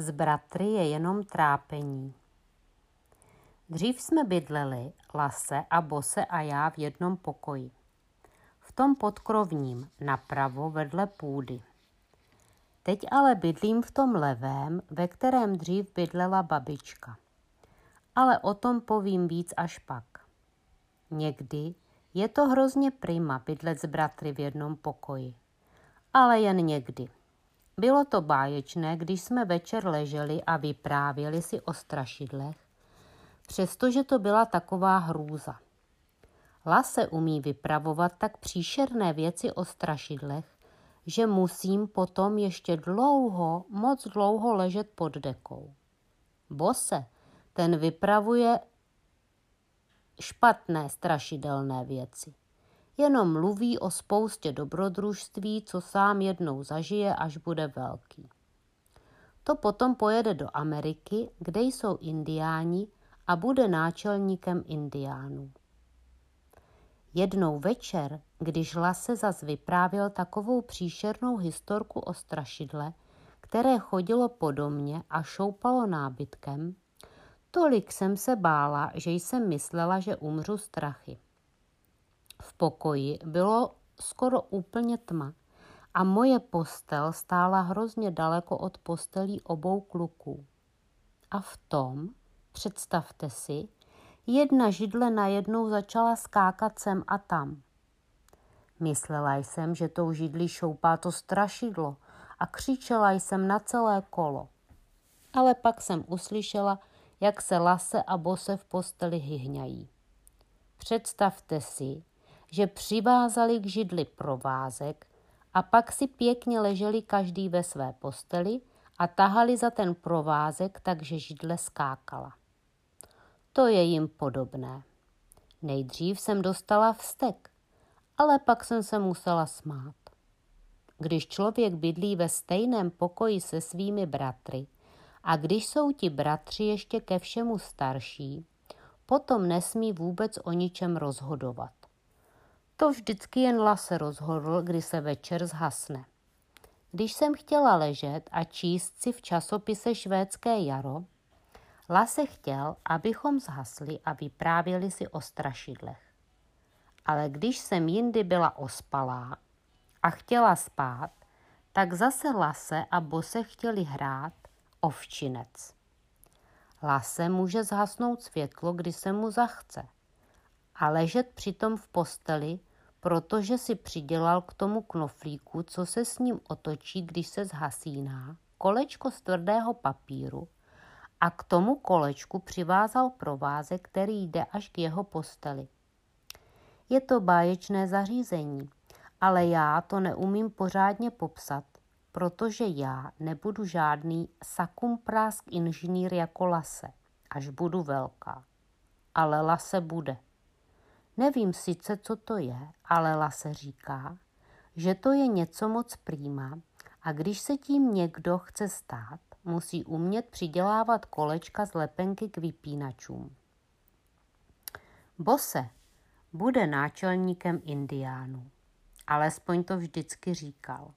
Z bratry je jenom trápení. Dřív jsme bydleli, Lasse a Bosse a já v jednom pokoji. V tom podkrovním, napravo vedle půdy. Teď ale bydlím v tom levém, ve kterém dřív bydlela babička. Ale o tom povím víc až pak. Někdy je to hrozně prima bydlet s bratry v jednom pokoji. Ale jen někdy. Bylo to báječné, když jsme večer leželi a vyprávěli si o strašidlech, přestože to byla taková hrůza. Lasse umí vypravovat tak příšerné věci o strašidlech, že musím potom ještě moc dlouho ležet pod dekou. Bosse, ten vypravuje špatné strašidelné věci. Jenom mluví o spoustě dobrodružství, co sám jednou zažije, až bude velký. To potom pojede do Ameriky, kde jsou indiáni a bude náčelníkem indiánů. Jednou večer, když Lasse zas vyprávěl takovou příšernou historku o strašidle, které chodilo po domě a šoupalo nábytkem, tolik jsem se bála, že jsem myslela, že umřu strachy. V pokoji bylo skoro úplně tma a moje postel stála hrozně daleko od postelí obou kluků. A v tom, představte si, jedna židle najednou začala skákat sem a tam. Myslela jsem, že tou židlí šoupá to strašidlo a křičela jsem na celé kolo. Ale pak jsem uslyšela, jak se Lasse a Bosse v posteli hyhňají. Představte si, že přivázali k židli provázek a pak si pěkně leželi každý ve své posteli a tahali za ten provázek, takže židle skákala. To je jim podobné. Nejdřív jsem dostala vztek, ale pak jsem se musela smát. Když člověk bydlí ve stejném pokoji se svými bratry a když jsou ti bratři ještě ke všemu starší, potom nesmí vůbec o ničem rozhodovat. To vždycky jen Lasse rozhodl, kdy se večer zhasne. Když jsem chtěla ležet a číst si v časopise Švédské jaro, Lasse chtěl, abychom zhasli a vyprávěli si o strašidlech. Ale když jsem jindy byla ospalá a chtěla spát, tak zase Lasse a Bosse chtěli hrát ovčinec. Lasse může zhasnout světlo, kdy se mu zachce, a ležet přitom v posteli, protože si přidělal k tomu knoflíku, co se s ním otočí, když se zhasíná, kolečko z tvrdého papíru a k tomu kolečku přivázal provázek, který jde až k jeho posteli. Je to báječné zařízení, ale já to neumím pořádně popsat, protože já nebudu žádný sakumprásk inženýr jako Lasse, až budu velká. Ale Lasse bude. Nevím sice, co to je, ale Lasse říká, že to je něco moc prima a když se tím někdo chce stát, musí umět přidělávat kolečka z lepenky k vypínačům. Bosse bude náčelníkem indiánů. Alespoň to vždycky říkal.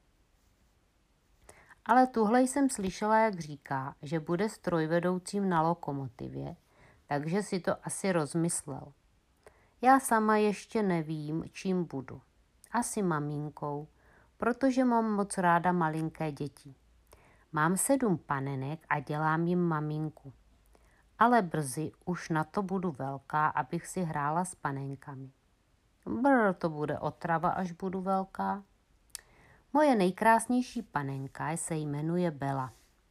Ale tuhle jsem slyšela, jak říká, že bude strojvedoucím na lokomotivě, takže si to asi rozmyslel. Já sama ještě nevím, čím budu. Asi maminkou, protože mám moc ráda malinké děti. Mám 7 panenek a dělám jim maminku. Ale brzy už na to budu velká, abych si hrála s panenkami. To bude otrava, až budu velká. Moje nejkrásnější panenka se jmenuje Bela.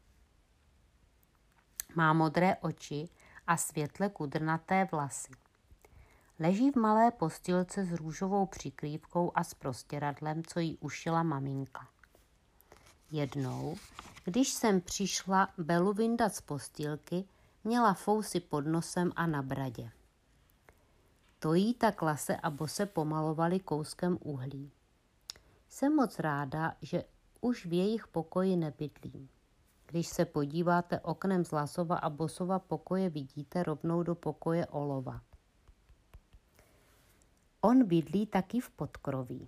Má modré oči a světle kudrnaté vlasy. Leží v malé postýlce s růžovou přikrývkou a s prostěradlem, co jí ušila maminka. Jednou, když jsem přišla Belu vyndat z postýlky, měla fousy pod nosem a na bradě. To jí tak Lasse a Bosse pomalovali kouskem uhlí. Jsem moc ráda, že už v jejich pokoji nebydlím. Když se podíváte oknem z Lassova a Bossova pokoje, vidíte rovnou do pokoje Olova. On bydlí taky v podkroví.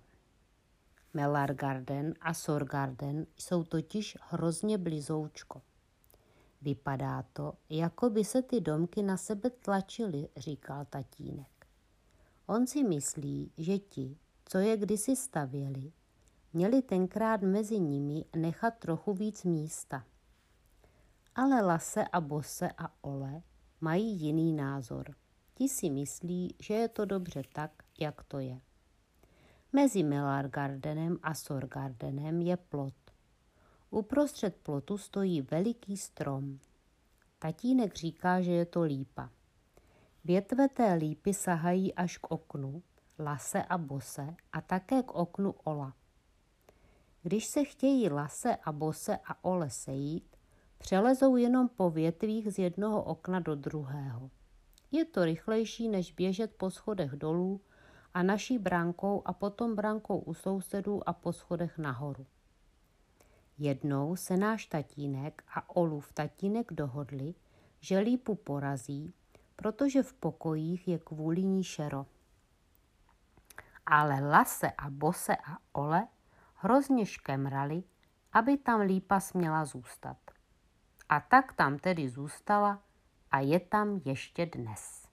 Mellargarden a Sorgarden jsou totiž hrozně blizoučko. Vypadá to, jako by se ty domky na sebe tlačily, říkal tatínek. On si myslí, že ti, co je kdysi stavěli, měli tenkrát mezi nimi nechat trochu víc místa. Ale Lase a Bose a Ole mají jiný názor. Ti si myslí, že je to dobře tak, jak to je. Mezi Mellargardenem a Sorgardenem je plot. Uprostřed plotu stojí veliký strom. Tatínek říká, že je to lípa. Větve té lípy sahají až k oknu Lase a Bose a také k oknu Ola. Když se chtějí Lase a Bose a Ole sejít, přelezou jenom po větvích z jednoho okna do druhého. Je to rychlejší, než běžet po schodech dolů a naší brankou a potom brankou u sousedů a po schodech nahoru. Jednou se náš tatínek a Olův tatínek dohodli, že lípu porazí, protože v pokojích je kvůli ní šero. Ale Lase a Bose a Ole hrozně škemrali, aby tam lípa směla zůstat. A tak tam tedy zůstala a je tam ještě dnes.